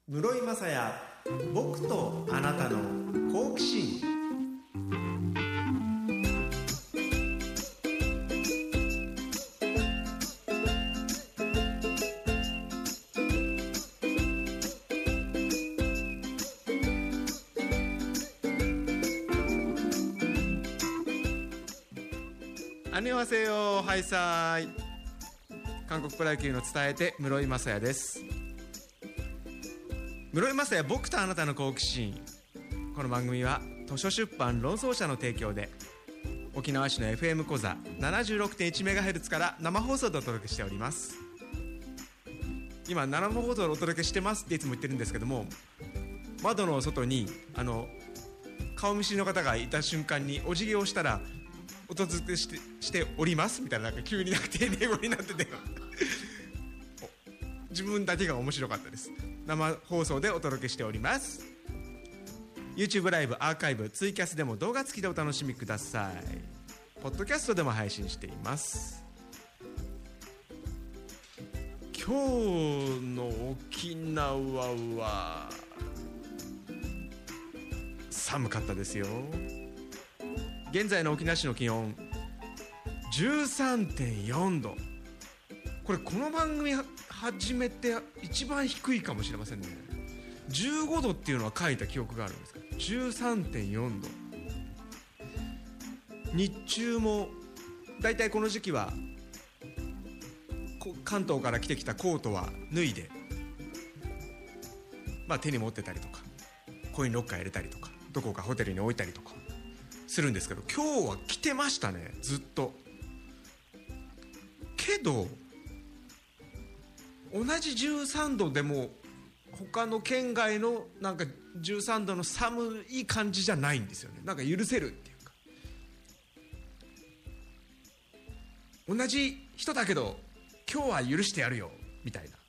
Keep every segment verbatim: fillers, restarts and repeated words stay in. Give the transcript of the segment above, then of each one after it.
室井雅也、僕とあなたの好奇心。アンニョンハセヨ、ハイサイ。韓国プロ野球の伝えて室井雅也です。室井雅也、僕とあなたの好奇心。この番組は図書出版論争者の提供で沖縄市の エフエム コザ ななじゅうろくてんいちメガヘルツ から生放送でお届けしております。今生放送でお届けしてますっていつも言ってるんですけども、窓の外にあの顔見知りの方がいた瞬間にお辞儀をしたらお届けして、しておりますみたいな、なんか急になんか丁寧語になってて自分だけが面白かったです。生放送でお届けしております。 YouTube ライブ、アーカイブ、ツイキャスでも動画付きでお楽しみください。ポッドキャストでも配信しています。今日の沖縄は寒かったですよ。現在の沖縄市の気温 じゅうさんてんよんど。これこの番組始めて一番低いかもしれませんね。じゅうごどっていうのは書いた記憶があるんですけど じゅうさんてんよんど。日中もだいたいこの時期は関東から来てきたコートは脱いで、まあ、手に持ってたりとかコインロッカー入れたりとかどこかホテルに置いたりとかするんですけど、今日は着てましたね、ずっと。けど同じじゅうさんどでも他の県外のなんかじゅうさんどの寒い感じじゃないんですよね。なんか許せるっていうか、同じ人だけど今日は許してやるよみたいな、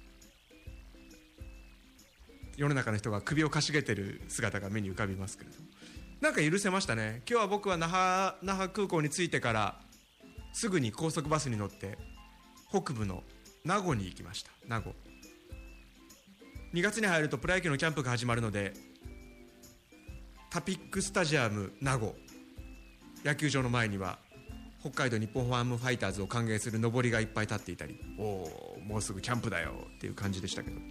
世の中の人が首をかしげてる姿が目に浮かびますけれども、なんか許せましたね。今日は僕は那覇、那覇空港に着いてからすぐに高速バスに乗って北部の名護に行きました。名護、にがつに入るとプロ野球のキャンプが始まるので、タピックスタジアム名護野球場の前には北海道日本ハムファイターズを歓迎する上りがいっぱい立っていたり、おー、もうすぐキャンプだよっていう感じでしたけど、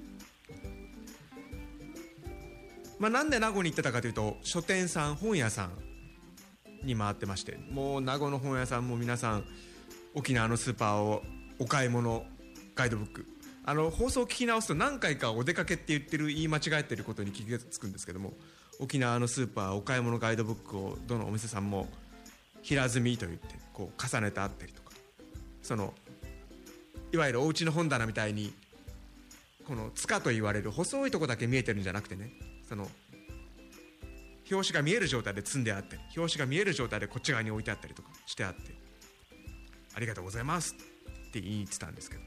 まあ、なんで名護に行ってたかというと、書店さん、本屋さんに回ってまして、もう名護の本屋さんも皆さん沖縄のスーパーをお買い物ガイドブック、あの放送を聞き直すと何回かお出かけって言ってる、言い間違えてることに気がつくんですけども、沖縄のスーパーお買い物ガイドブックをどのお店さんも平積みといってこう重ねてあったりとか、そのいわゆるお家の本棚みたいにこの塚と言われる細いとこだけ見えてるんじゃなくてね、その表紙が見える状態で積んであったり、表紙が見える状態でこっち側に置いてあったりとかしてあって、ありがとうございますって言ってたんですけど、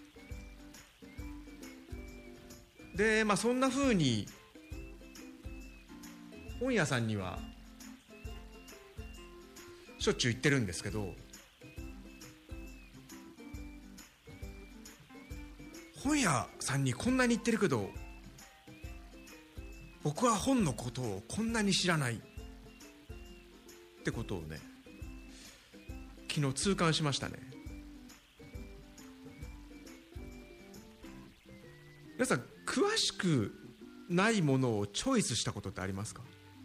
で、まあそんな風に本屋さんにはしょっちゅう行ってるんですけど、本屋さんにこんなに行ってるけど僕は本のことをこんなに知らないってことをね、昨日痛感しましたね。皆さん詳しくないものをチョイスしたことってありますか？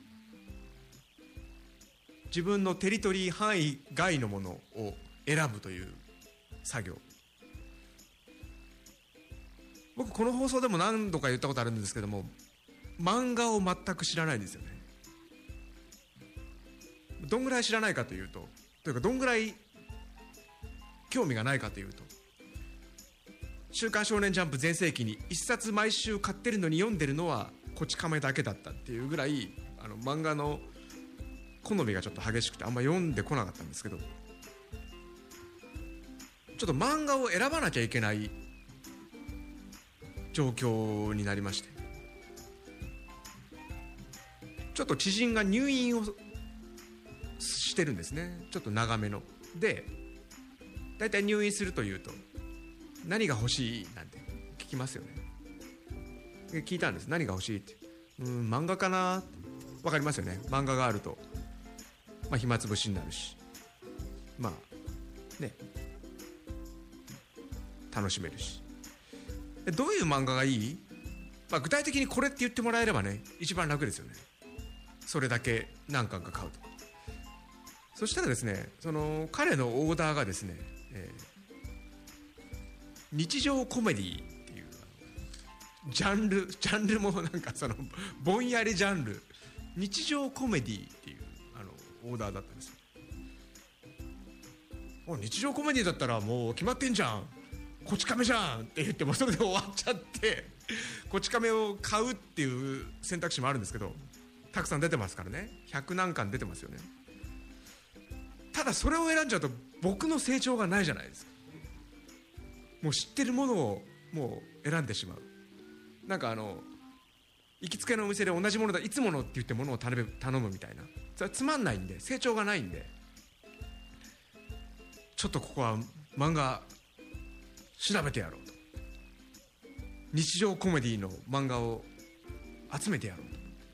自分のテリトリー範囲外のものを選ぶという作業。僕この放送でも何度か言ったことあるんですけども、漫画を全く知らないんですよね。どんぐらい知らないかというと、というかどんぐらい興味がないかというと、週刊少年ジャンプ全盛期に一冊毎週買ってるのに読んでるのはこち亀だけだったっていうぐらい、あの漫画の好みがちょっと激しくてあんま読んでこなかったんですけど、ちょっと漫画を選ばなきゃいけない状況になりまして、ちょっと知人が入院をしてるんですね。ちょっと長めので、だいたい入院するというと何が欲しいなんて聞きますよね。 で聞いたんです。何が欲しいって。うーん漫画かな。わかりますよね。漫画があると、まあ、暇つぶしになるし、まあね楽しめるし。でどういう漫画がいい、まあ、具体的にこれって言ってもらえればね一番楽ですよね。それだけ何巻か買うと。そしたらですね、その彼のオーダーがですね、えー日常コメディっていうジャンルジャンルもなんかそのぼんやりジャンル、日常コメディっていうあのオーダーだったんですよ。もう日常コメディだったらもう決まってんじゃん、こち亀じゃんって言ってもそれで終わっちゃってこち亀を買うっていう選択肢もあるんですけど、たくさん出てますからね、ひゃく何巻出てますよね。ただそれを選んじゃうと僕の成長がないじゃないですか。もう知ってるものをもう選んでしまう。なんかあの行きつけのお店で同じものだいつものって言ってものを頼む頼むみたいな、それはつまんないんで、成長がないんで、ちょっとここは漫画調べてやろうと、日常コメディの漫画を集めてやろう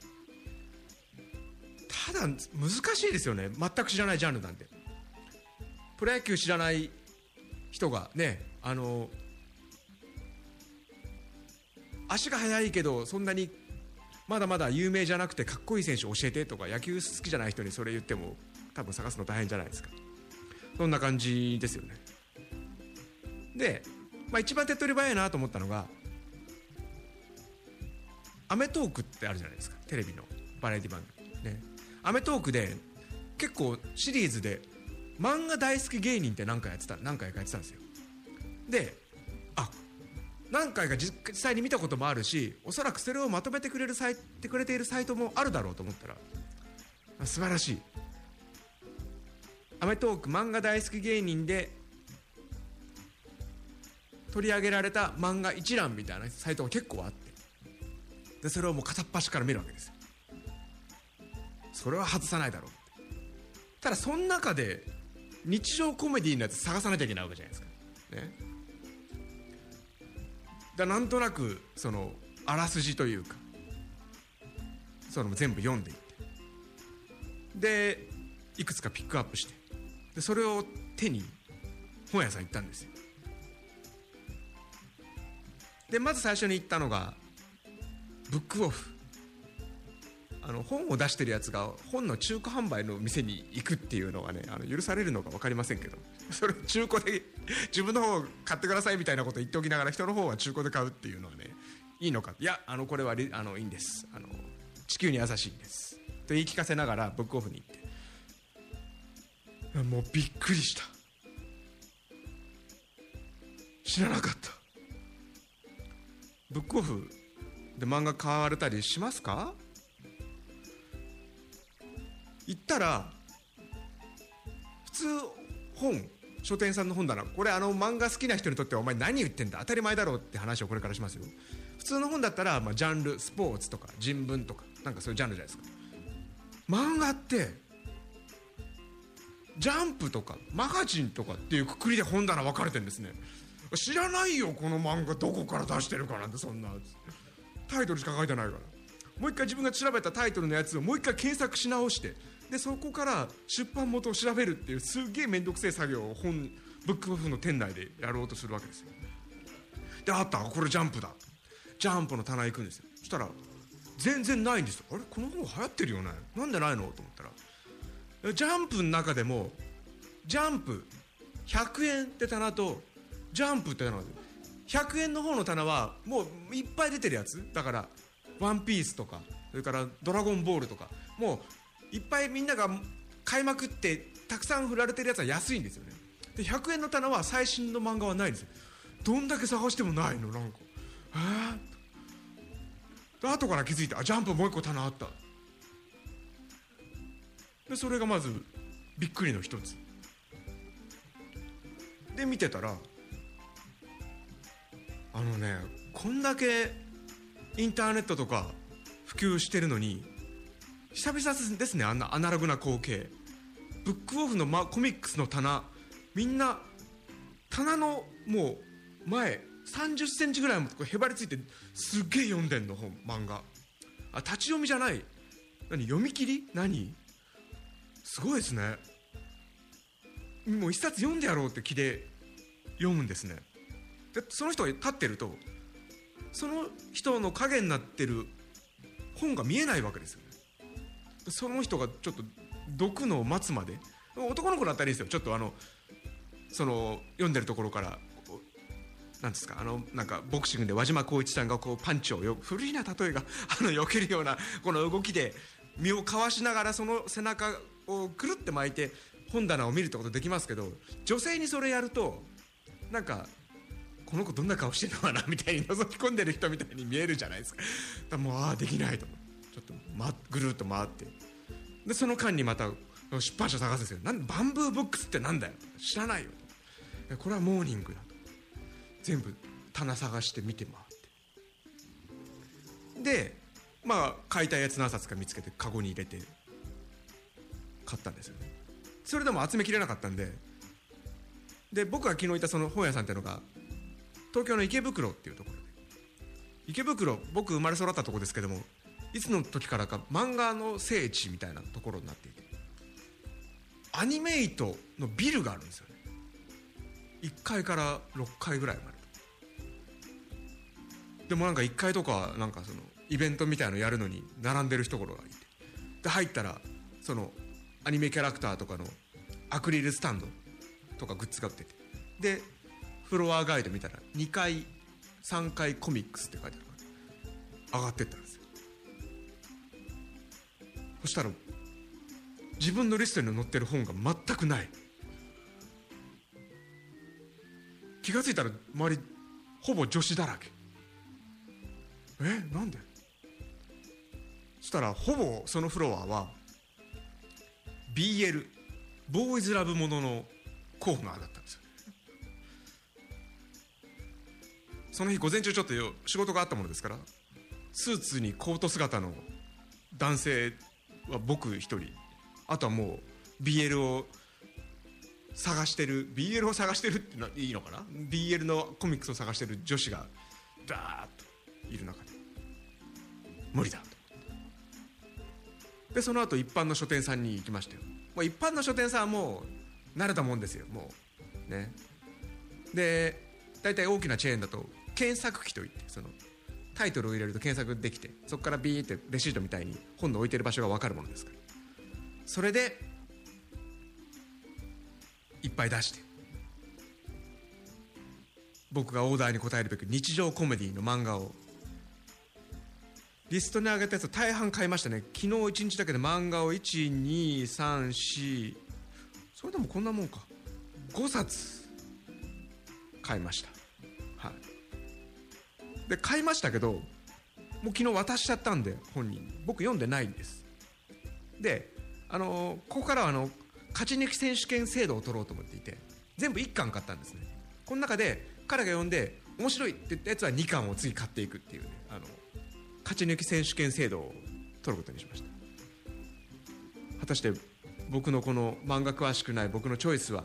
と。ただ難しいですよね、全く知らないジャンルなんで。プロ野球知らない人がね、あの足が速いけどそんなにまだまだ有名じゃなくてかっこいい選手教えてとか、野球好きじゃない人にそれ言っても多分探すの大変じゃないですか。そんな感じですよね。で、まあ、一番手っ取り早いなと思ったのがアメトーークってあるじゃないですか、テレビのバラエティ番組ね。アメトーークで結構シリーズで漫画大好き芸人って何回やってた何回かやってたんですよ。で、あ、何回か実際に見たこともあるし、おそらくそれをまとめてくれるサイてくれているサイトもあるだろうと思ったら、素晴らしい。アメトーーク漫画大好き芸人で取り上げられた漫画一覧みたいなサイトが結構あって、でそれをもう片っ端から見るわけですよ。それは外さないだろう。ただその中で日常コメディのやつ探さなきゃいけないわけじゃないですかね。だなんとなくそのあらすじというかその全部読んでいってでいくつかピックアップして、でそれを手に本屋さん行ったんですよ。でまず最初に行ったのがブックオフ。あの本を出してるやつが本の中古販売の店に行くっていうのはね、あの許されるのか分かりませんけど、それ中古で自分の方買ってくださいみたいなこと言っておきながら人の方は中古で買うっていうのはね、いいのか。いや、あのこれはあのいいんです、あの地球に優しいんですと言い聞かせながらブックオフに行って、もうびっくりした。知らなかった。ブックオフで漫画買われたりしますか？行ったら普通本、書店さんの本だな、これあの漫画好きな人にとってはお前何言ってんだ当たり前だろうって話をこれからしますよ。普通の本だったら、まあ、ジャンルスポーツとか人文とかなんかそういうジャンルじゃないですか。漫画ってジャンプとかマガジンとかっていうくくりで本棚分かれてるんですね。知らないよこの漫画どこから出してるかなんて、そんなタイトルしか書いてないから、もう一回自分が調べたタイトルのやつをもう一回検索し直して、でそこから出版元を調べるっていうすっげえ面倒くせえ作業を本ブックオフの店内でやろうとするわけですよ。であった、これジャンプだ、ジャンプの棚行くんですよ。そしたら全然ないんですよ。あれこの本流行ってるよね、なんでないのと思ったら、ジャンプの中でもジャンプひゃくえんって棚とジャンプって棚で、ひゃくえんの方の棚はもういっぱい出てるやつだから、ワンピースとかそれからドラゴンボールとかもういっぱいみんなが買いまくってたくさん振られてるやつは安いんですよね。でひゃくえんの棚は最新の漫画はないんですよ。どんだけ探してもないの、なんかえー、後から気づいて、あジャンプもう一個棚あった。でそれがまずびっくりの一つで、見てたらあのね、こんだけインターネットとか普及してるのに久々ですね、あんなアナログな光景。ブックオフの、ま、コミックスの棚、みんな棚のもう前さんじゅっセンチぐらいもへばりついてすっげえ読んでんの本漫画。あ、立ち読みじゃない、何読み切り、何すごいですね。もう一冊読んでやろうって気で読むんですね。でその人が立ってるとその人の影になってる本が見えないわけですよね。その人がちょっと読のを待つまで、男の子だったらいいですよ、ちょっとあのその読んでるところからなんですか、あのなんかボクシングで輪島功一さんがこうパンチをよ古いな例えがあの避けるようなこの動きで身をかわしながらその背中をくるって巻いて本棚を見るってことできますけど、女性にそれやるとなんかこの子どんな顔してるのかなみたいに覗き込んでる人みたいに見えるじゃないですか。だからもうああできないと思う、ちょっと、ま、ぐるっと回って、でその間にまた出版社探すんですよ。なんバンブーブックスってなんだよ、知らないよと、これはモーニングだと、全部棚探して見て回って、でまあ買いたいやつ何冊か見つけてカゴに入れて買ったんですよね。それでも集めきれなかったんで、で僕が昨日いたその本屋さんっていうのが東京の池袋っていうところで、池袋僕生まれ育ったところですけども、いつの時からか漫画の聖地みたいなところになっていて、アニメイトのビルがあるんですよね。いっかいからろっかいぐらいまで。でもなんかいっかいとかなんかそのイベントみたいなのやるのに並んでる人がいて、で入ったらそのアニメキャラクターとかのアクリルスタンドとかグッズが売ってて、でフロアガイド見たらにかいさんかいコミックスって書いてあるから上がってったんですよ。そしたら自分のリストに載ってる本が全くない。気がついたら周りほぼ女子だらけ。え、なんで？そしたらほぼそのフロアは ビーエル ボーイズラブもののコーナーだったんですよ。その日午前中ちょっと仕事があったものですから、スーツにコート姿の男性は僕一人、あとはもう ビーエル を探してる ビーエル を探してるってのいいのかな、 ビーエル のコミックスを探してる女子がダーッといる中で無理だと。でその後一般の書店さんに行きましたよ。もう一般の書店さんはもう慣れたもんですよ、もうね。で大体大きなチェーンだと検索機といって、そのタイトルを入れると検索できて、そこからビーってレシートみたいに本の置いてる場所が分かるものですから、それでいっぱい出して、僕がオーダーに応えるべく日常コメディの漫画をリストに上げたやつを大半買いましたね。昨日いちにちだけで漫画をいち、に、さん、よん、それでもこんなもんか、ごさつ買いました。はい。で買いましたけど、もう昨日渡しちゃったんで本人僕読んでないんです。であのここからはあの勝ち抜き選手権制度を取ろうと思っていて、全部いっかん買ったんですね。この中で彼が読んで面白いって言ったやつはにかんを次買っていくっていうね、あの勝ち抜き選手権制度を取ることにしました。果たして僕のこの漫画詳しくない僕のチョイスは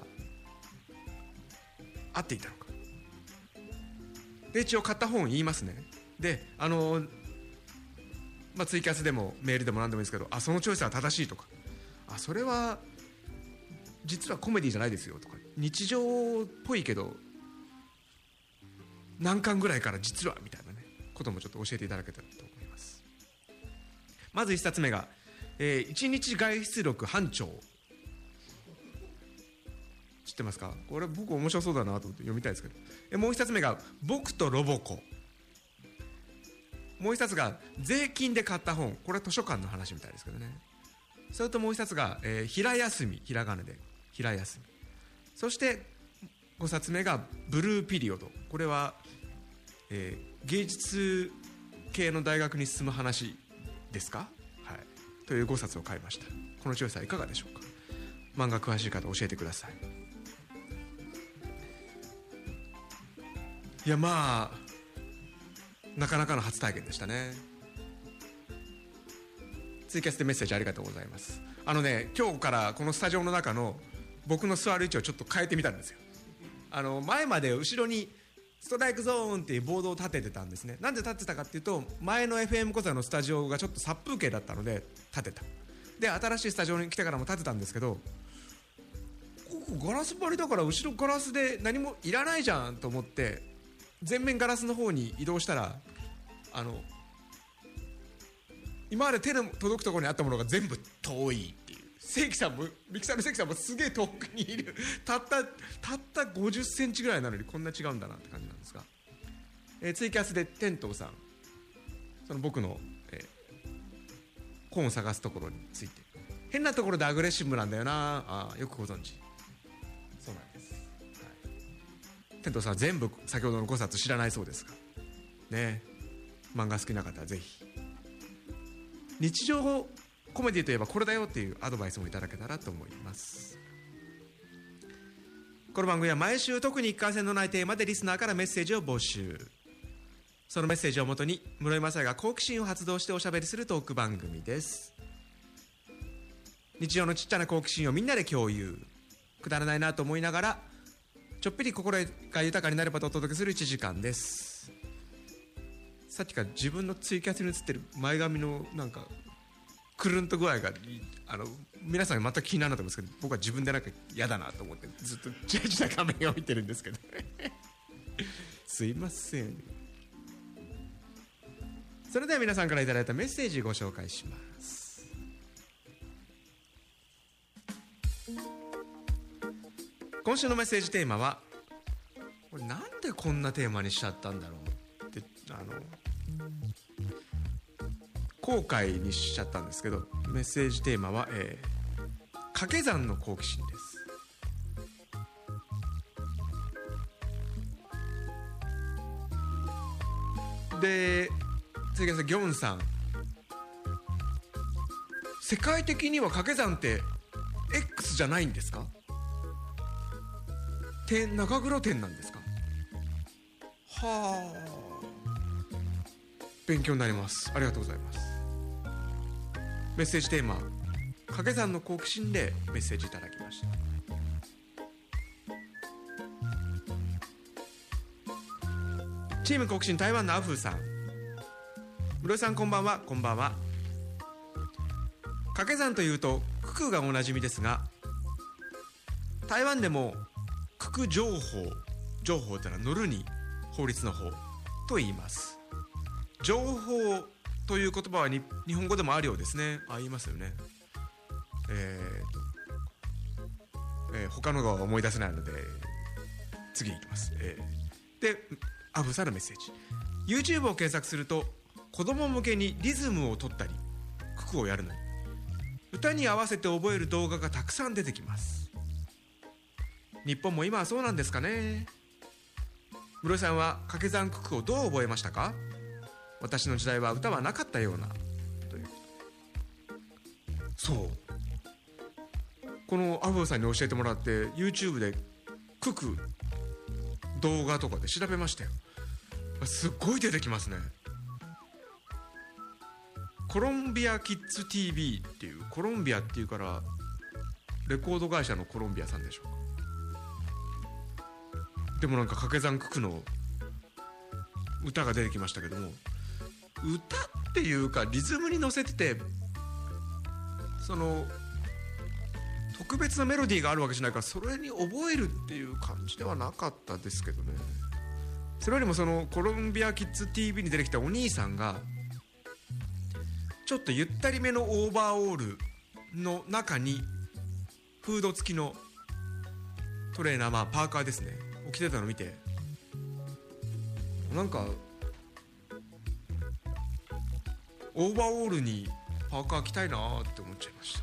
合っていたのか。で一応買った本言いますね。であの、まあ、ツイキャスでもメールでも何でもいいですけど、あそのチョイスは正しいとか、あそれは実はコメディじゃないですよとか、日常っぽいけど何巻ぐらいから実はみたいなねこともちょっと教えていただけたらと思います。まずいっさつめが、えー、いちにち外出力班長、知ってますか？これ僕面白そうだなと思って読みたいですけど、えもう一冊目が僕とロボコ、もう一冊が税金で買った本、これは図書館の話みたいですけどね。それともう一冊が、えー、平休み、ひらがなで平休み、そしてごさつめがブルーピリオド、これは、えー、芸術系の大学に進む話ですか、はい、というごさつを買いました。このチョイスはいかがでしょうか。漫画詳しい方教えてください。いやまあなかなかの初体験でしたね。ツイキャスでメッセージありがとうございます。あのね、今日からこのスタジオの中の僕の座る位置をちょっと変えてみたんですよ。あの前まで後ろにストライクゾーンっていうボードを立ててたんですね。なんで立ってたかっていうと、前の エフエム コザのスタジオがちょっと殺風景だったので立てた。で新しいスタジオに来てからも立てたんですけど、ここガラス張りだから後ろガラスで何もいらないじゃんと思って全面ガラスの方に移動したら、あの今まで手の届くところにあったものが全部遠いっていう。関さんもミキサーの関さんもすげえ遠くにいるたったたったごじゅっセンチぐらいなのにこんな違うんだなって感じなんですが、えー、ツイキャスで天童さん、その僕の、えー、本を探すところについて、変なところでアグレッシブなんだよなあ、よくご存知。そうなんです、はい、天童さんは全部先ほどのごさつ知らないそうですがね、漫画好きな方はぜひ日常コメディといえばこれだよっていうアドバイスもいただけたらと思います。この番組は毎週特に一貫性のないテーマでリスナーからメッセージを募集。そのメッセージをもとに室井雅也が好奇心を発動しておしゃべりするトーク番組です。日常のちっちゃな好奇心をみんなで共有、くだらないなと思いながらちょっぴり心が豊かになればとお届けするいちじかんです。さっきから自分のツイキャスに映ってる前髪のなんかくるんと具合が、あの皆さん全く気にならないと思うんですけど、僕は自分でなんか嫌だなと思ってずっとチラチラ画面を見てるんですけどすいません。それでは皆さんからいただいたメッセージをご紹介します。今週のメッセージテーマは、これなんでこんなテーマにしちゃったんだろうって、あの後悔にしちゃったんですけど、メッセージテーマは、えー、掛け算の好奇心です。で、次はギョンさん、世界的には掛け算って X じゃないんですか？点、中黒点なんですか？はあ、勉強になります。ありがとうございます。メッセージテーマ、掛け算の好奇心でメッセージいただきました。チーム好奇心台湾のアフーさん、室井さんこんばんは。こんばんは。掛け算というと九九がおなじみですが、台湾でも九九情報、情報というのは乗るに法律の法と言います。情報という言葉はに日本語でもあるようですね。あ、言いますよね。えーと、えー、他のが思い出せないので次いきます。えー、で、アフさんのメッセージ。 YouTube を検索すると子供向けにリズムを取ったり九九をやるのに歌に合わせて覚える動画がたくさん出てきます。日本も今はそうなんですかね。室井さんは掛け算九九をどう覚えましたか？私の時代は歌はなかったようなという。そう、このアフさんに教えてもらって YouTube で九九動画とかで調べましたよ。すっごい出てきますね。コロンビアキッズ ティーブイ っていう、コロンビアっていうからレコード会社のコロンビアさんでしょうか。でもなんか掛け算九九の歌が出てきましたけども、歌っていうかリズムに乗せてて、その特別なメロディーがあるわけじゃないからそれに覚えるっていう感じではなかったですけどね。それよりもそのコロンビアキッズ ティーブイ に出てきたお兄さんがちょっとゆったりめのオーバーオールの中にフード付きのトレーナー、まあパーカーですねを着てたのを見て、なんかオーバーオールにパーカー着たいなって思っちゃいました。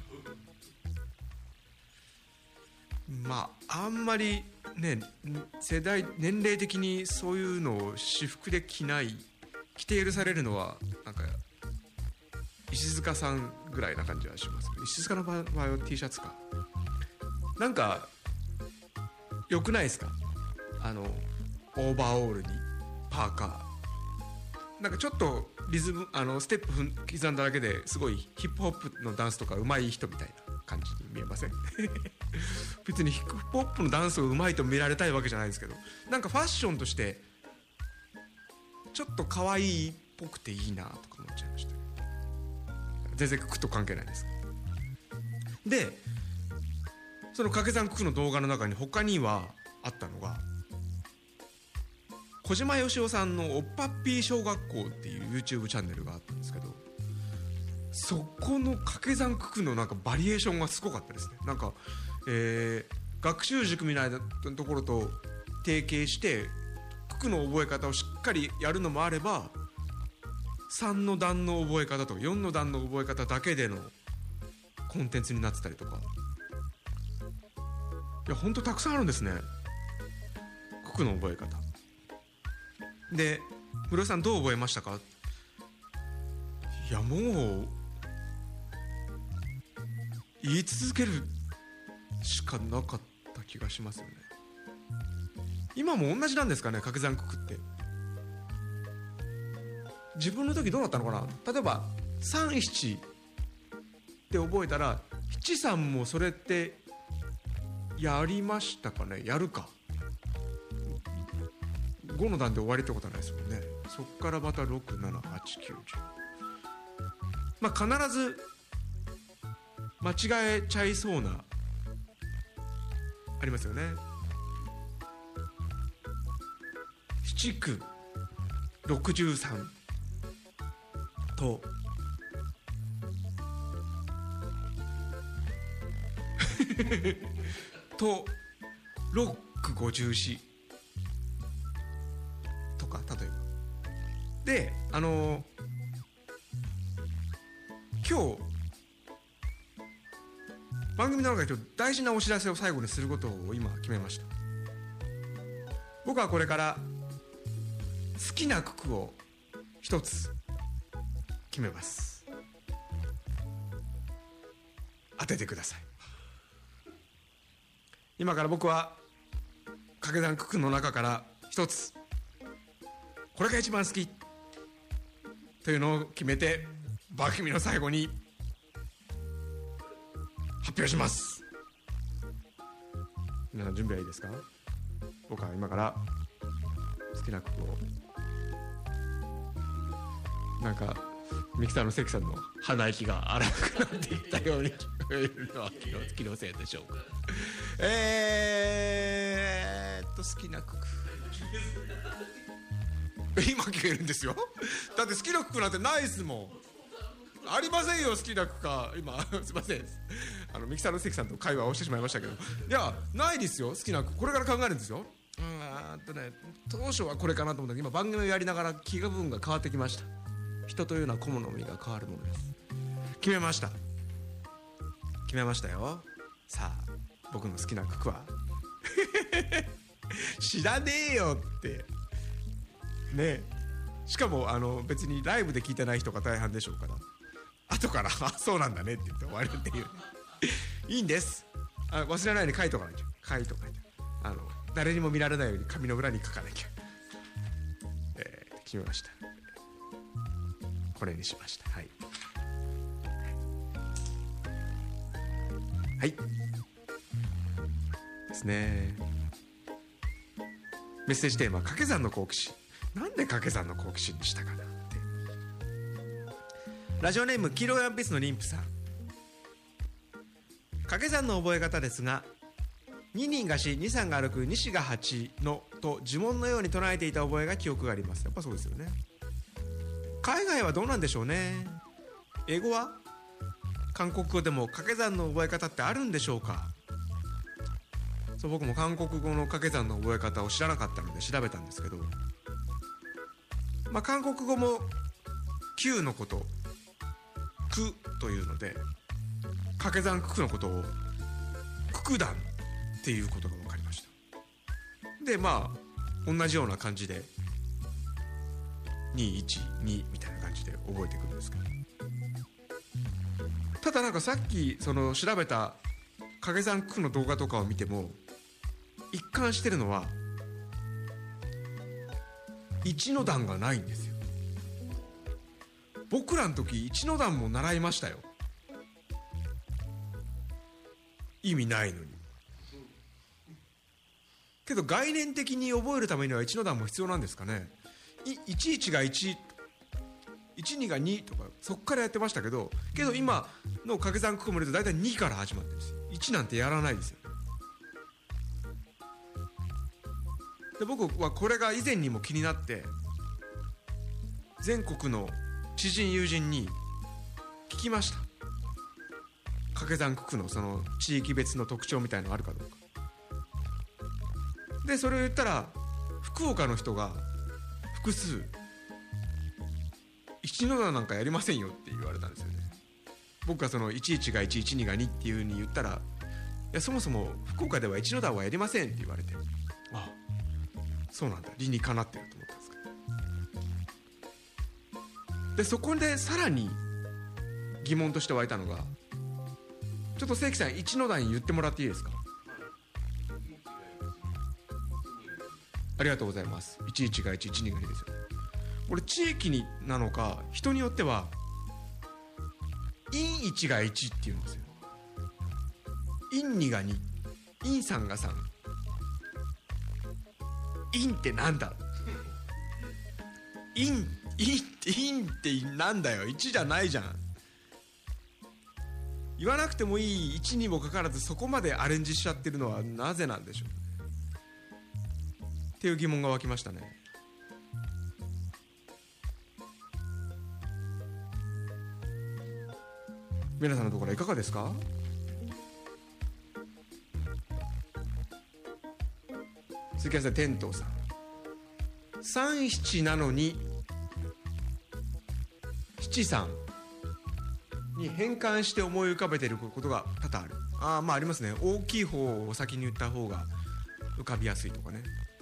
まああんまりね、世代年齢的にそういうのを私服で着ない、着て許されるのはなんか石塚さんぐらいな感じはします。石塚の場合は T シャツかなんか良くないですか？あのオーバーオールにパーカー、なんかちょっとリズム、あのステップ刻んだだけですごいヒップホップのダンスとか上手い人みたいな感じに見えません？別にヒップホップのダンスが上手いと見られたいわけじゃないですけど、なんかファッションとしてちょっと可愛いっぽくていいなとか思っちゃいました。全然九九と関係ないです。でその掛け算九九の動画の中に他にはあったのが、小島よしおさんのおっぱっぴー小学校っていう YouTube チャンネルがあったんですけど、そこの掛け算九九のなんかバリエーションがすごかったですね。なんか、えー、学習塾みたいなところと提携して九九の覚え方をしっかりやるのもあれば、さんの段の覚え方とかよんの段の覚え方だけでのコンテンツになってたりとか、いやほんとたくさんあるんですね、九九の覚え方で。室井さんどう覚えましたか？いやもう言い続けるしかなかった気がしますよね。今も同じなんですかね、掛け算九九って。自分の時どうだったのかな。例えばさんななって覚えたらななさんもそれってやりましたかね。やるか。ごの段で終わりってことはないですもんね。そっからまたろく、なな、はち、きゅう、じゅう、まあ必ず間違えちゃいそうなありますよね。七九ろくじゅうさんととろくごじゅうよんとか、例えばで、あのー、今日番組の中で大事なお知らせを最後にすることを今決めました。僕はこれから好きな九九を一つ決めます。当ててください。今から僕は掛け算九九の中から一つ、これが一番好きというのを決めて番組の最後に発表します。皆さん準備はいいですか？僕は今から好きな九九を、なんかミキサーの関さんの鼻息が荒くなっていったように聞こえるのは気の、気のせいでしょうか。えーっと好きな九九今決めるんですよ。だって好きな九九なんてないですもん。ありませんよ好きな九九か。今すいません、あのミキサーの関さんと会話をしてしまいましたけど、いやないですよ好きな九九。これから考えるんですよ。うーんとね、当初はこれかなと思ったけど、今番組をやりながら気分が変わってきました。人というのは好みが変わるものです。決めました決めましたよ。さあ僕の好きな九九は知らねえよってね。しかもあの別にライブで聞いてない人が大半でしょうから、後から「あそうなんだね」って言って終わるっていういいんです。あ忘れないように書いとかなきゃ。書いとかなきゃ。あの誰にも見られないように紙の裏に書かなきゃ、えー、決めました。これにしました。はいはいですね。メッセージテーマ、掛け算の好奇心。なんで掛け算の好奇心にしたかなって。ラジオネーム黄色いワンピースのリンプさん。掛け算の覚え方ですが、ににんがし、にさんが歩く、にしがはちのと呪文のように唱えていた覚えが記憶があります。やっぱそうですよね。海外はどうなんでしょうね。英語は韓国語でも掛け算の覚え方ってあるんでしょうか。そう僕も韓国語の掛け算の覚え方を知らなかったので調べたんですけど、まあ韓国語もきゅうのこと九というので、掛け算九九のことを九九段っていうことが分かりました。でまあ同じような感じでにいちにみたいな感じで覚えていくんですけど、ただなんかさっきその調べた掛け算九九の動画とかを見ても一貫してるのはいちの段がないんですよ。僕らの時いちの段も習いましたよ。意味ないのに。けど概念的に覚えるためにはいちの段も必要なんですかね。 いちいちがいち、いちにがにとかそっからやってましたけど、けど今の掛け算九九もだいたいにから始まってるんですよ。いちなんてやらないですよ。で僕はこれが以前にも気になって、全国の知人友人に聞きました。掛け算九九のその地域別の特徴みたいのあるかどうか。でそれを言ったら福岡の人が複数一の段なんかやりませんよって言われたんですよね。僕がそのいちいちがいち、いちにがにっていう風に言ったら、いやそもそも福岡では一の段はやりませんって言われて、ああそうなんだ、理にかなってると思ったんですけど、でそこでさらに疑問として湧いたのが、ちょっと関さん一の段言ってもらっていいですか。ありがとうございます。いちいちがいち、いちにがにですよ。これ地域になのか人によっては陰いちがいちっていうんですよ。陰にがに、陰さんがさん。陰ってなんだ。陰、陰って陰ってなんだよ。いちじゃないじゃん。言わなくてもいいいちにもかかわらずそこまでアレンジしちゃってるのはなぜなんでしょうっていう疑問が湧きましたね。皆さんのところいかがですか。続きまして天童さん、三七なのに七三に変換して思い浮かべていることが多々ある。ああまあありますね。大きい方を先に言った方が浮かびやすいとかね。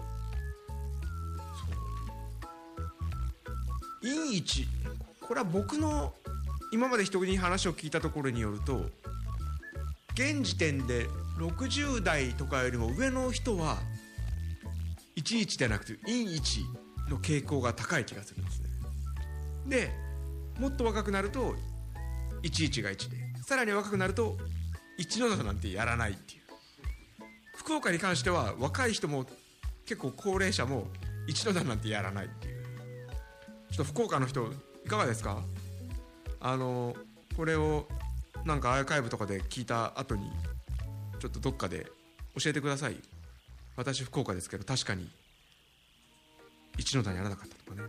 そう陰一、これは僕の今まで人に話を聞いたところによると、現時点でろくじゅう代とかよりも上の人はいちいちじゃなくて陰いちの傾向が高い気がするんですね。でもっと若くなるといちいちがいちで、さらに若くなるといちの段なんてやらないっていう。福岡に関しては若い人も結構高齢者もいちの段なんてやらないっていう。ちょっと福岡の人いかがですか。あのこれをなんかアーカイブとかで聞いた後にちょっとどっかで教えてください。私福岡ですけど確かに一の段やらなかったとかね。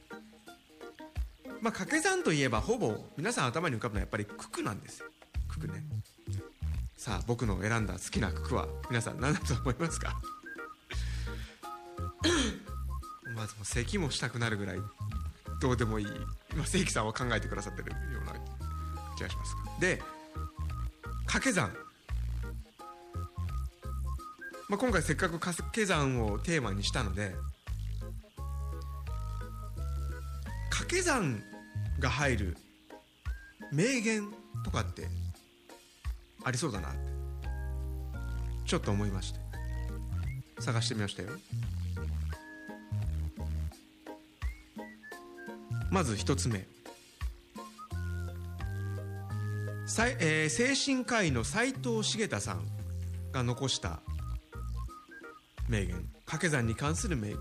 まあ掛け算といえばほぼ皆さん頭に浮かぶのはやっぱり九九なんですよ。九九ね。さあ僕の選んだ好きな九九は皆さん何だと思いますか。まず咳もしたくなるぐらいどうでもいい、今関さんは考えてくださってるような気がしますが。で掛け算、まあ、今回せっかく掛け算をテーマにしたので、掛け算が入る名言とかってありそうだなってちょっと思いまして探してみましたよ。まず一つ目、さい、えー、精神科医の斉藤茂太さんが残した名言、掛け算に関する名言。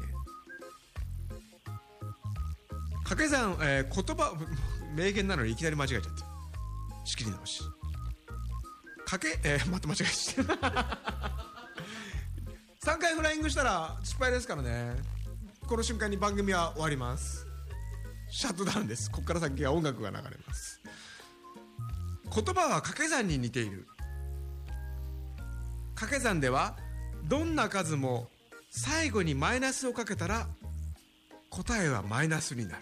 掛け算、えー、言葉名言なのにいきなり間違えちゃって仕切り直し。かけ、えー、また間違えちゃったさんかいフライングしたら失敗ですからね。この瞬間に番組は終わります。シャットダウンです。ここから先は音楽が流れます。言葉は掛け算に似ている。掛け算ではどんな数も最後にマイナスをかけたら答えはマイナスになる。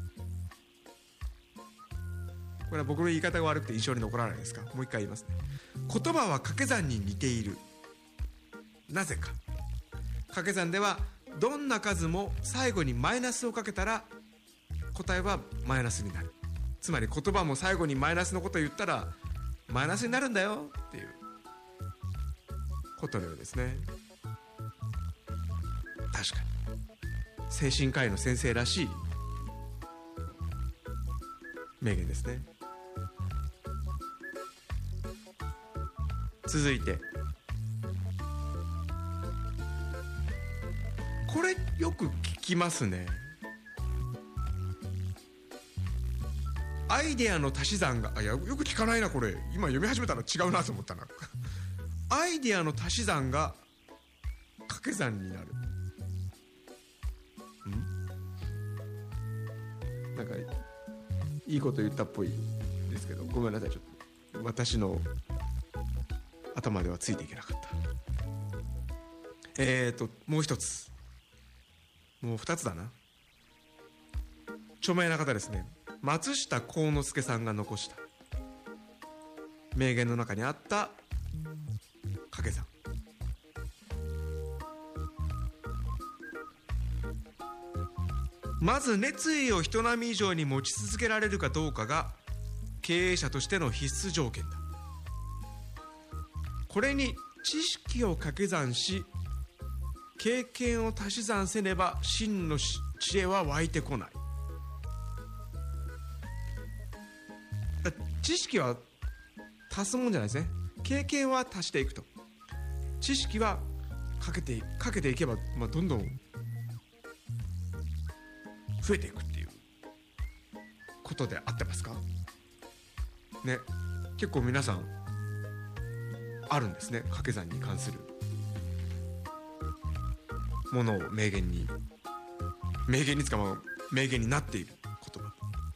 これは僕の言い方が悪くて印象に残らないですか。もう一回言いますね。言葉は掛け算に似ている。なぜか。掛け算ではどんな数も最後にマイナスをかけたら答えはマイナスになる。つまり言葉も最後にマイナスのことを言ったらマイナスになるんだよっていうことのようですね。確かに精神科医の先生らしい名言ですね。続いてこれよく聞きますね。 アイデアの足し算が、あ、いやよく聞かないなこれ、今読み始めたら違うなと思ったなアイデアの足し算が掛け算になる。んなんかいいこと言ったっぽいですけど、ごめんなさい、ちょっと私の頭ではついていけなかった。えーともう一つ、もう二つだな。著名な方ですね、松下幸之助さんが残した名言の中にあった掛け算。まず熱意を人並み以上に持ち続けられるかどうかが経営者としての必須条件だ。これに知識を掛け算し経験を足し算せねば真の知恵は湧いてこない。知識は足すもんじゃないですね。経験は足していくと、知識はかけてかけていけば、まあ、どんどん増えていくっていうことで合ってますかね。結構皆さんあるんですね、掛け算に関するものを名言に名言につかま名言になっている言葉。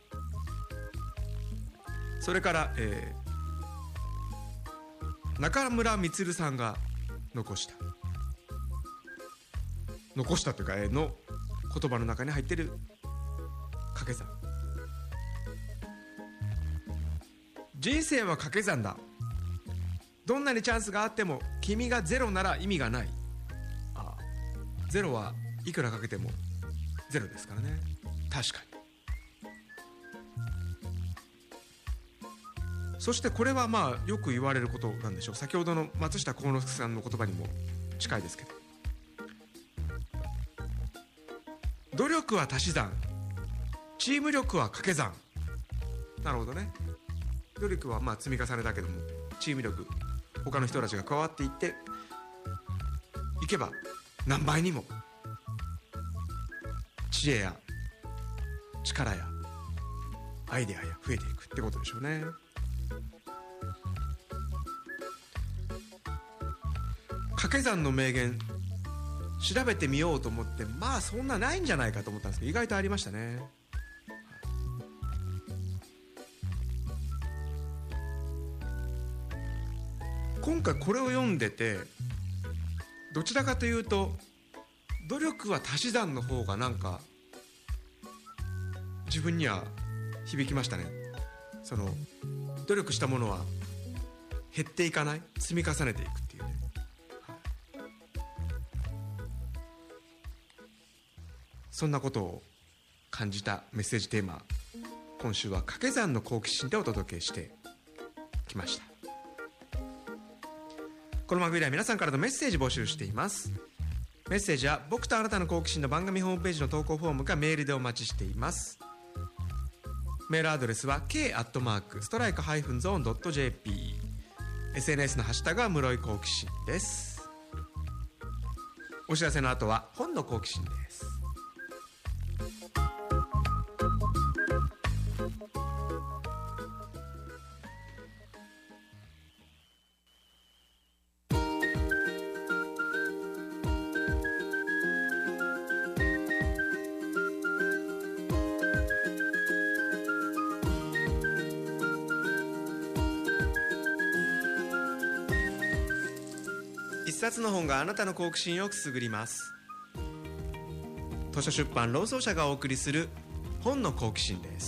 それから、えー、中村充さんが残した残したというか、えー、の言葉の中に入っている掛け算。人生は掛け算だ。どんなにチャンスがあっても君がゼロなら意味がない。ああ、ゼロはいくらかけてもゼロですからね。確かに。そしてこれはまあよく言われることなんでしょう。先ほどの松下幸之助さんの言葉にも近いですけど、努力は足し算、チーム力は掛け算。なるほどね。努力はまあ積み重ねだけども、チーム力、他の人たちが加わっていっていけば何倍にも知恵や力やアイデアや増えていくってことでしょうね。掛け算の名言調べてみようと思って、まあそんなないんじゃないかと思ったんですけど、意外とありましたね。今回これを読んでて、どちらかというと努力は足し算の方がなんか自分には響きましたね。その努力したものは減っていかない、積み重ねていくっていうね、はい、そんなことを感じたメッセージテーマ、今週は掛け算の好奇心でお届けしてきました。この番組では皆さんからのメッセージ募集しています。メッセージは僕とあなたの好奇心の番組ホームページの投稿フォームかメールでお待ちしています。メールアドレスは ケー アットマーク ストライク ハイフン ゾーン ドット ジェーピー、 エスエヌエス のハッシュタグは室井好奇心です。お知らせの後は本の好奇心です。一冊の本があなたの好奇心をくすぐります。図書出版労働者がお送りする本の好奇心です。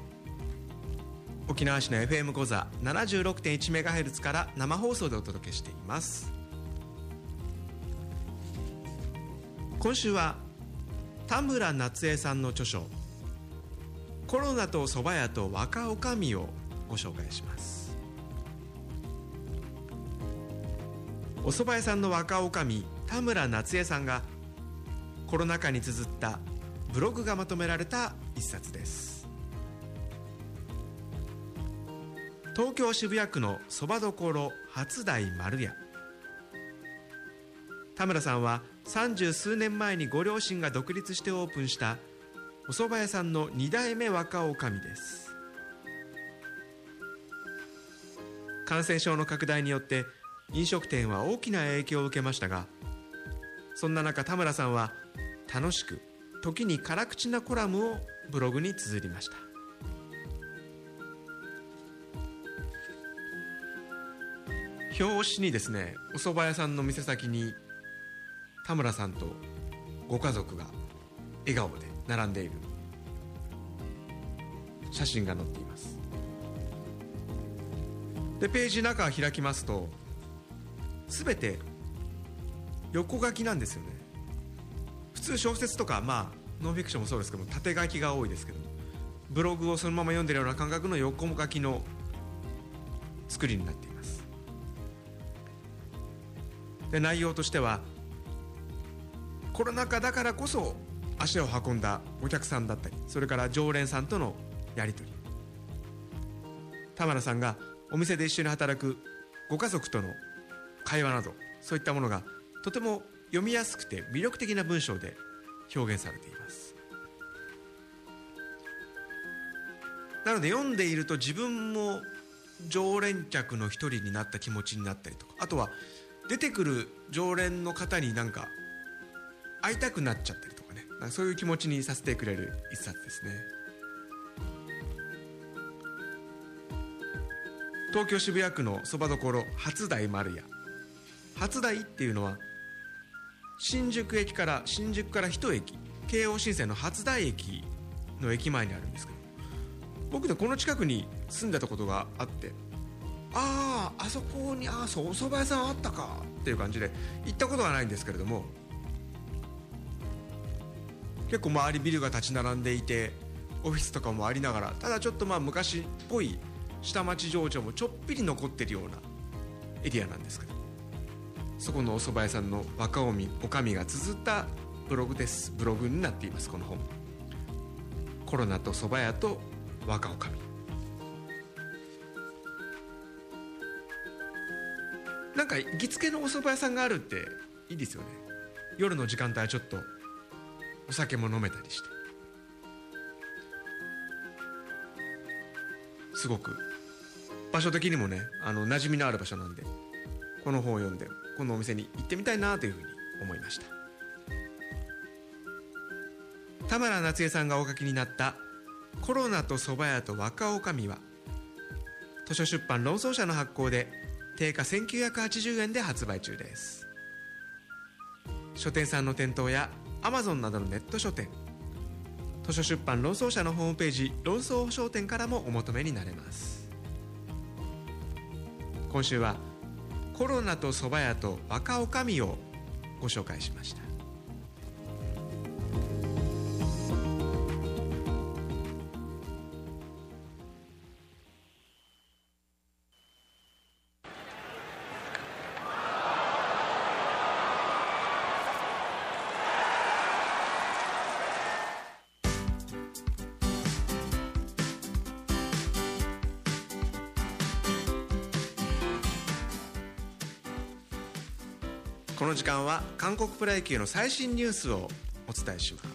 沖縄市の エフエム コザ ななじゅうろくてんいちメガヘルツ から生放送でお届けしています。今週は田村夏江さんの著書コロナと蕎麦屋と若女将をご紹介します。お蕎麦屋さんの若女将田村夏江さんがコロナ禍に綴ったブログがまとめられた一冊です。東京渋谷区の蕎麦処初台丸屋。田村さんは三十数年前にご両親が独立してオープンしたお蕎麦屋さんのに代目若女将です。 感染症の拡大によって飲食店は大きな影響を受けましたが、そんな中田村さんは楽しく時に辛口なコラムをブログに綴りました。表紙にですね、お蕎麦屋さんの店先に田村さんとご家族が笑顔で並んでいる写真が載っています。でページ中を開きますと、全て横書きなんですよね。普通小説とか、まあノンフィクションもそうですけども、縦書きが多いですけども、ブログをそのまま読んでるような感覚の横書きの作りになっています。で内容としては、コロナ禍だからこそ足を運んだお客さんだったり、それから常連さんとのやり取り、田村さんがお店で一緒に働くご家族との会話など、そういったものがとても読みやすくて魅力的な文章で表現されています。なので読んでいると自分も常連客の一人になった気持ちになったりとか、あとは出てくる常連の方になんか会いたくなっちゃったりとかね、なんかそういう気持ちにさせてくれる一冊ですね。東京渋谷区のそばどころ初台丸屋。初台っていうのは新宿駅から新宿から一駅、京王新線の初台駅の駅前にあるんですけど、僕ねこの近くに住んでたことがあって、あああそこにああそうお蕎麦屋さんあったかっていう感じで行ったことはないんですけれども、結構周りビルが立ち並んでいてオフィスとかもありながら、ただちょっとまあ昔っぽい下町情緒もちょっぴり残ってるようなエリアなんですけど、そこのお蕎麦屋さんの若おみおかみが綴ったブログです。ブログになっています。この本、コロナと蕎麦屋と若おかみ。なんか行きつけのお蕎麦屋さんがあるっていいですよね。夜の時間帯はちょっとお酒も飲めたりして、すごく場所的にもね、あの馴染みのある場所なんで、この本を読んでこのお店に行ってみたいなというふうに思いました。田村夏江さんがお書きになったコロナと蕎麦屋と若おかみは、図書出版論争社の発行で定価せんきゅうひゃくはちじゅうえんで発売中です。書店さんの店頭やアマゾンなどのネット書店、図書出版論争社のホームページ論争商店からもお求めになれます。今週はコロナと蕎麦屋と若おかみをご紹介しました。この時間は韓国プロ野球の最新ニュースをお伝えします。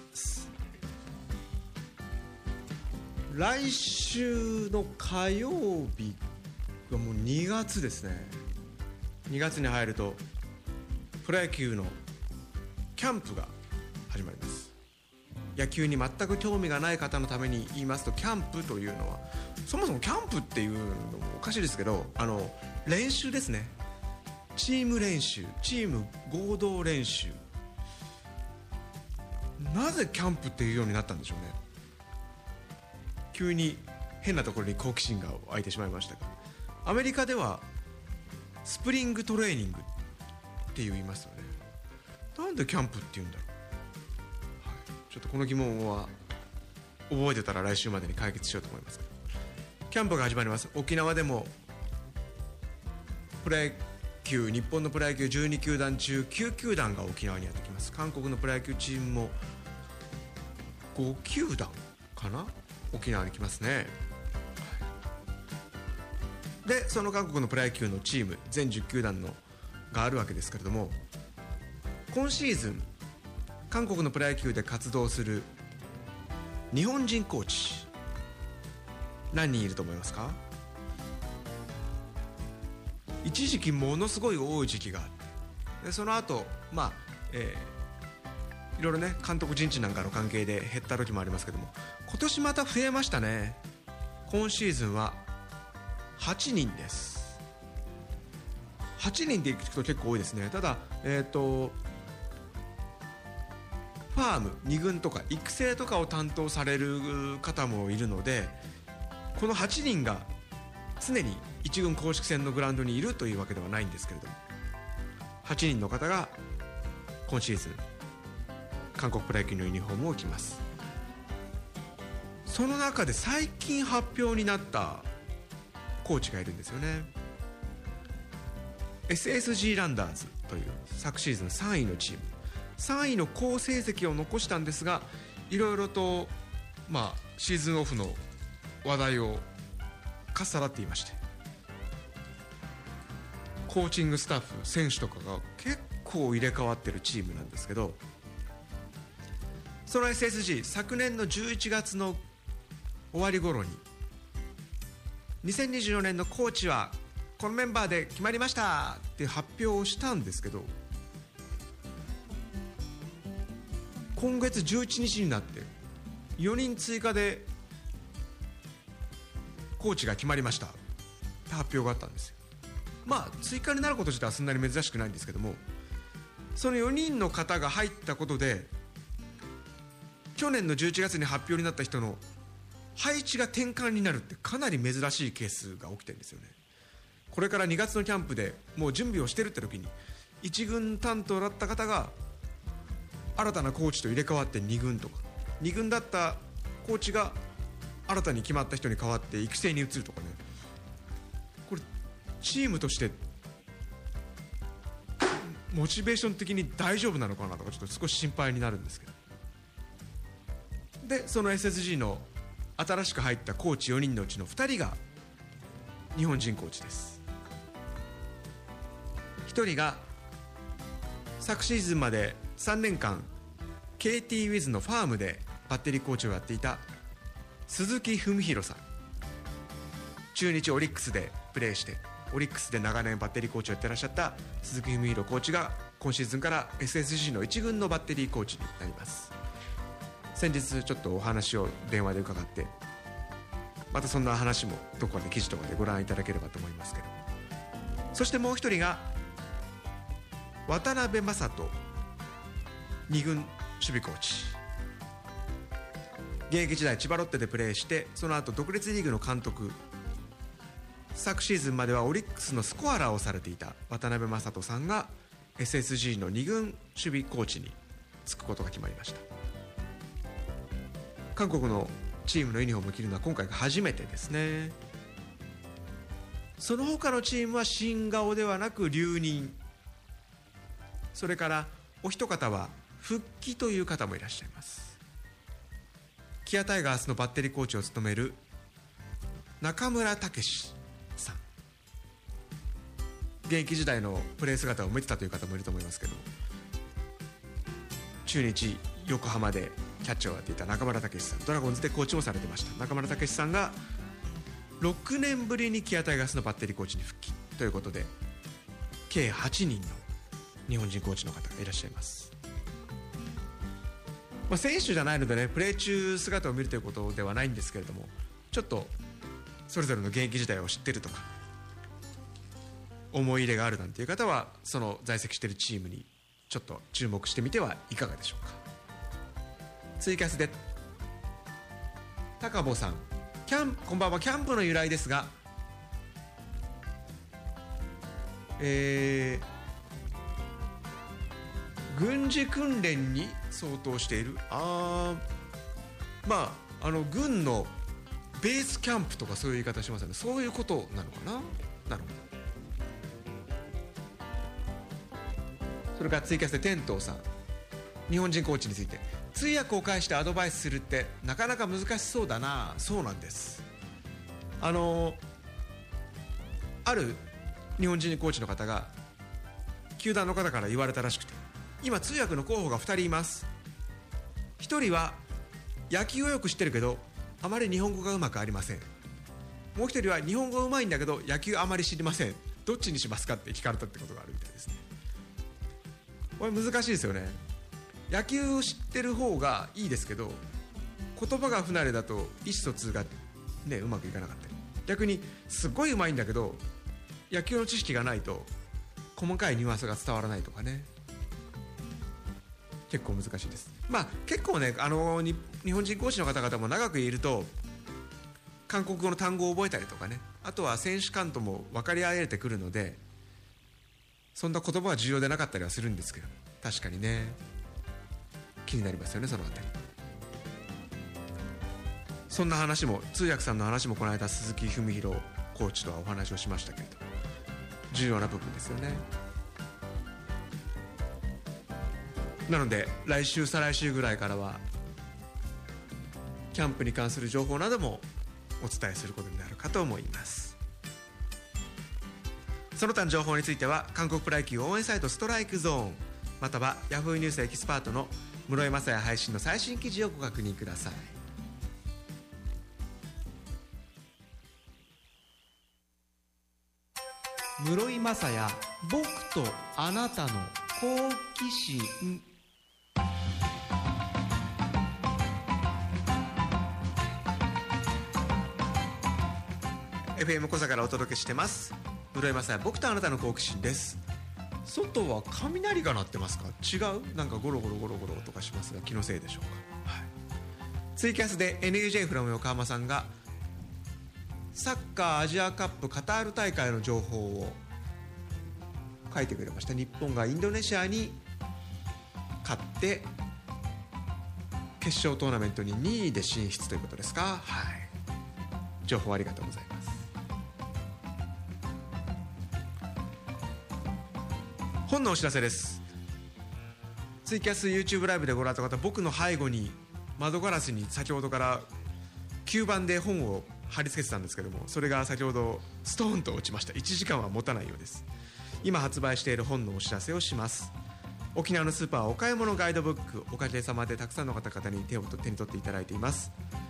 来週の火曜日がもうにがつですね。にがつに入るとプロ野球のキャンプが始まります。野球に全く興味がない方のために言いますと、キャンプというのはそもそもキャンプっていうのもおかしいですけど、あの練習ですね。チーム練習、チーム合同練習。なぜキャンプっていうようになったんでしょうね。急に変なところに好奇心が湧いてしまいましたが、アメリカではスプリングトレーニングって言いますよね。なんでキャンプって言うんだろう、はい、ちょっとこの疑問は覚えてたら来週までに解決しようと思います。キャンプが始まります。沖縄でもプロ野球、日本のプロ野球じゅうにきゅうだん中きゅうきゅうだんが沖縄にやってきます。韓国のプロ野球チームもごきゅうだんかな、沖縄に来ますね。でその韓国のプロ野球のチーム全じゅっきゅうだんのがあるわけですけれども、今シーズン韓国のプロ野球で活動する日本人コーチ何人いると思いますか？ 一時期ものすごい多い時期があって、でその後まあ、えー、いろいろね監督人事なんかの関係で減った時もありますけども、今年また増えましたね。今シーズンははちにんです。はちにんでいくと結構多いですね。ただえっとファームに軍とか育成とかを担当される方もいるので、このはちにんが常にいち軍公式戦のグラウンドにいるというわけではないんですけれども、はちにんの方が今シーズン韓国プロ野球のユニフォームを着ます。その中で最近発表になったコーチがいるんですよね。 エスエスジー ランダーズという昨シーズンさんいのチーム、さんいの好成績を残したんですが、いろいろと、まあ、シーズンオフの話題をかっさらっていまして、コーチングスタッフ選手とかが結構入れ替わってるチームなんですけど、その エスエスジー 昨年のじゅういちがつの終わり頃ににせんにじゅうよねんのコーチはこのメンバーで決まりましたって発表をしたんですけど、今月じゅういちにちになってよにん追加でコーチが決まりましたって発表があったんですよ。まあ追加になること自体はそんなに珍しくないんですけども、そのよにんの方が入ったことで去年のじゅういちがつに発表になった人の配置が転換になるってかなり珍しいケースが起きてるんですよね。これからにがつのキャンプでもう準備をしてるって時にいち軍担当だった方が新たなコーチと入れ替わってに軍とか、に軍だったコーチが新たに決まった人に代わって育成に移るとかね、これチームとしてモチベーション的に大丈夫なのかなとかちょっと少し心配になるんですけど、でその エスエスジー の新しく入ったコーチよにんのうちのふたりが日本人コーチです。ひとりが昨シーズンまでさんねんかん ケーティー ウィズのファームでバッテリーコーチをやっていた鈴木文弘さん、中日オリックスでプレーしてオリックスで長年バッテリーコーチをやってらっしゃった鈴木文弘コーチが今シーズンから エスエスジー のいち軍のバッテリーコーチになります。先日ちょっとお話を電話で伺って、またそんな話もどこかで記事とかでご覧いただければと思いますけど、そしてもう一人が渡辺正人に軍守備コーチ、現役時代千葉ロッテでプレーして、その後独立リーグの監督、昨シーズンまではオリックスのスコアラーをされていた渡辺正人さんが エスエスジー のに軍守備コーチに就くことが決まりました。韓国のチームのユニフォームを着るのは今回が初めてですね。その他のチームは新顔ではなく留任、それからお一方は復帰という方もいらっしゃいます。キアタイガースのバッテリーコーチを務める中村武史さん、現役時代のプレー姿を見てたという方もいると思いますけど、中日横浜でキャッチャーをやっていた中村武史さん、ドラゴンズでコーチもされてました中村武史さんがろくねんぶりにキアタイガースのバッテリーコーチに復帰ということで、計はちにんの日本人コーチの方がいらっしゃいます。まあ、選手じゃないのでね、プレー中姿を見るということではないんですけれども、ちょっとそれぞれの現役時代を知ってるとか思い入れがあるなんていう方は、その在籍しているチームにちょっと注目してみてはいかがでしょうか。ツイキャスで高坊さん、キャンこんばんは。キャンプの由来ですが、えー、軍事訓練に相当している、あまああの軍のベースキャンプとかそういう言い方しますよね。そういうことなのかな。なるほど。それからツイキャスで天童さん、日本人コーチについて、通訳を介してアドバイスするってなかなか難しそうだな。そうなんです。あのある日本人コーチの方が球団の方から言われたらしくて、今通訳の候補がふたりいます。ひとりは野球をよく知ってるけどあまり日本語がうまくありません。もう一人は日本語うまいんだけど野球あまり知りません。 どっちにしますかって聞かれたってことがあるみたいですね。これ難しいですよね。野球を知ってる方がいいですけど、言葉が不慣れだと意思疎通がねうまくいかなかったり、逆にすごい上手いんだけど野球の知識がないと細かいニュアンスが伝わらないとかね、結構難しいです。まあ結構ね、あの日本人講師の方々も長くいると韓国語の単語を覚えたりとかね、あとは選手間とも分かり合えてくるので、そんな言葉は重要でなかったりはするんですけど、確かにね気になりますよね、そのあたり。そんな話も、通訳さんの話もこの間鈴木文弘コーチとはお話をしましたけれど、重要な部分ですよね。なので来週再来週ぐらいからはキャンプに関する情報などもお伝えすることになるかと思います。その他の情報については韓国プロ野球応援サイトストライクゾーン、またはヤフーニュースエキスパートの室井雅也配信の最新記事をご確認ください。室井雅也、僕とあなたの好奇心。エフエム 小座からお届けしてます。室井雅也、僕とあなたの好奇心です。外は雷が鳴ってますか？違う？なんかゴロゴロゴロゴロとかしますが、気のせいでしょうか。はい、ツイキャスで エヌユージェー フラム横浜さんがサッカーアジアカップカタール大会の情報を書いてくれました。日本がインドネシアに勝って決勝トーナメントににいで進出ということですか。はい、情報ありがとうございます。本のお知らせです。ツイキャス YouTube ライブでご覧の方、僕の背後に窓ガラスに先ほどから吸盤で本を貼り付けてたんですけども、それが先ほどストーンと落ちました。いちじかんは持たないようです。今発売している本のお知らせをします。沖縄のスーパーお買い物ガイドブック、おかげさまでたくさんの方々に手を手に取っていただいています。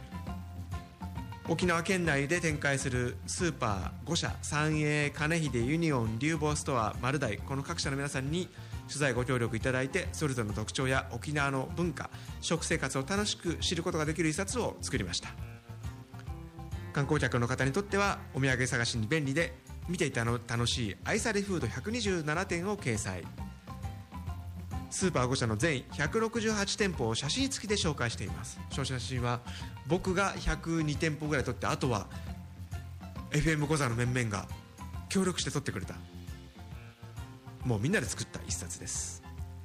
沖縄県内で展開するスーパーごしゃ、三栄、金秀、ユニオン、流房ストア、丸大、この各社の皆さんに取材ご協力いただいて、それぞれの特徴や沖縄の文化、食生活を楽しく知ることができる一冊を作りました。観光客の方にとってはお土産探しに便利で、見ていたの楽しい愛されフードひゃくにじゅうななてんを掲載。スーパーご社の全ひゃくろくじゅうはちてんぽを写真付きで紹介しています。その写真は僕がひゃくにてんぽぐらい撮って、あとは エフエム ご座の面々が協力して撮ってくれた、もうみんなで作った一冊です。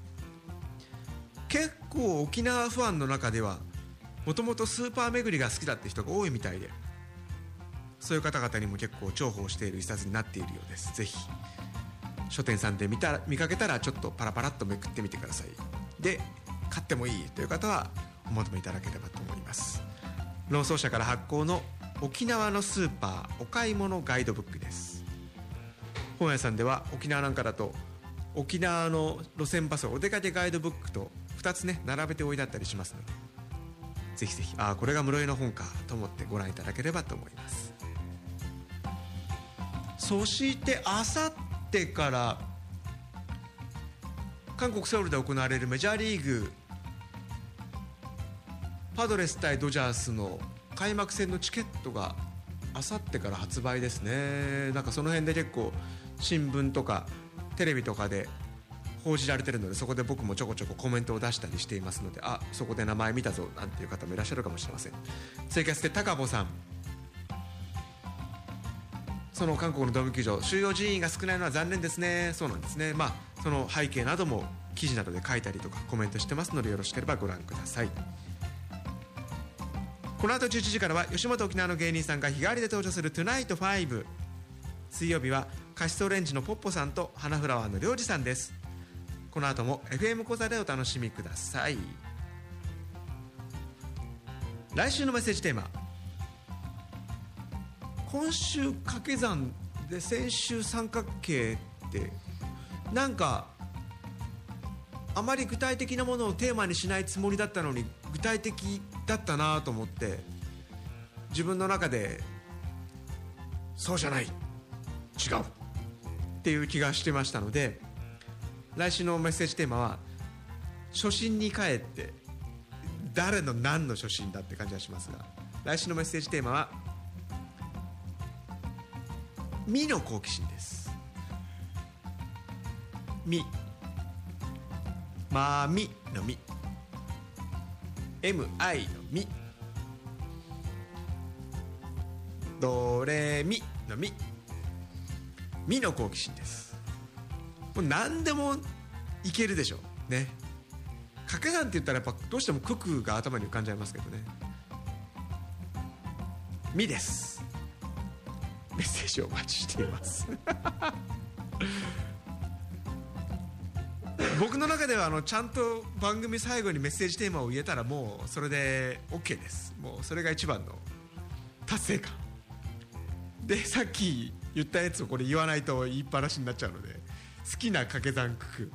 結構沖縄ファンの中ではもともとスーパー巡りが好きだって人が多いみたいで、そういう方々にも結構重宝している一冊になっているようです。ぜひ書店さんで見た見かけたらちょっとパラパラっとめくってみてください。で、買ってもいいという方はお求めいただければと思います。農創社から発行の沖縄のスーパーお買い物ガイドブックです。本屋さんでは沖縄なんかだと沖縄の路線バスお出かけガイドブックとふたつね並べておいてあったりしますので、ぜひぜひ、ああこれが室井の本かと思ってご覧いただければと思います。そしてあさってから韓国ソウルで行われるメジャーリーグパドレス対ドジャースの開幕戦のチケットがあさってから発売ですね。なんかその辺で結構新聞とかテレビとかで報じられてるので、そこで僕もちょこちょこコメントを出したりしていますので、あ、そこで名前見たぞなんていう方もいらっしゃるかもしれません。ツイキャスで高保さん、その韓国のドーム球場収容人員が少ないのは残念ですね。そうなんですね。まあその背景なども記事などで書いたりとかコメントしてますので、よろしければご覧ください。この後じゅういちじからは吉本沖縄の芸人さんが日替わりで登場するトゥナイトファイブ。水曜日はカシスオレンジのポッポさんと花フラワーのりょうじさんです。この後も エフエム 小座でお楽しみください。来週のメッセージテーマ、今週掛け算で先週三角形ってなんかあまり具体的なものをテーマにしないつもりだったのに具体的だったなと思って、自分の中でそうじゃない、違うっていう気がしてましたので、来週のメッセージテーマは初心に帰って、誰の何の初心だって感じがしますが、来週のメッセージテーマは美の好奇心です。美、まみの美、 エムアイ の美、ドレミのミ、ミの好奇心です。もう何でもいけるでしょね。掛け算って言ったらやっぱどうしても九九が頭に浮かんじゃいますけどね。ミです。メッセージをお待ちしています僕の中ではあのちゃんと番組最後にメッセージテーマを言えたらもうそれで OK です。もうそれが一番の達成感で、さっき言ったやつをこれ言わないと言いっぱなしになっちゃうので、好きな掛け算九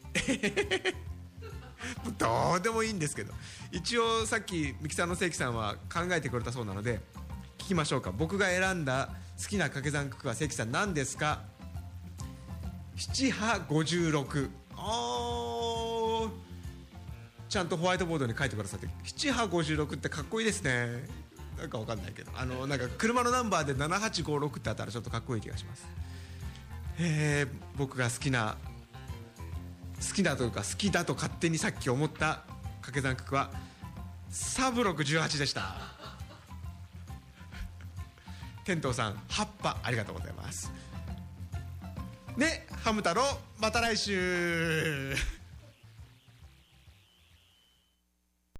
九どうでもいいんですけど、一応さっきミキサーの関さんは考えてくれたそうなので聞きましょうか。僕が選んだ好きな掛け算九九は関さん何ですか？七波ごじゅうろく。あー、ちゃんとホワイトボードに書いてくださって、七波ごじゅうろくってかっこいいですね。なんかわかんないけど、あのなんか車のナンバーでななはちごろくってあったらちょっとかっこいい気がします。えー、僕が好きな好きだというか好きだと勝手にさっき思った掛け算九九はサブロクじゅうはちでした。天童さん葉っぱありがとうございますね。ハム太郎また来週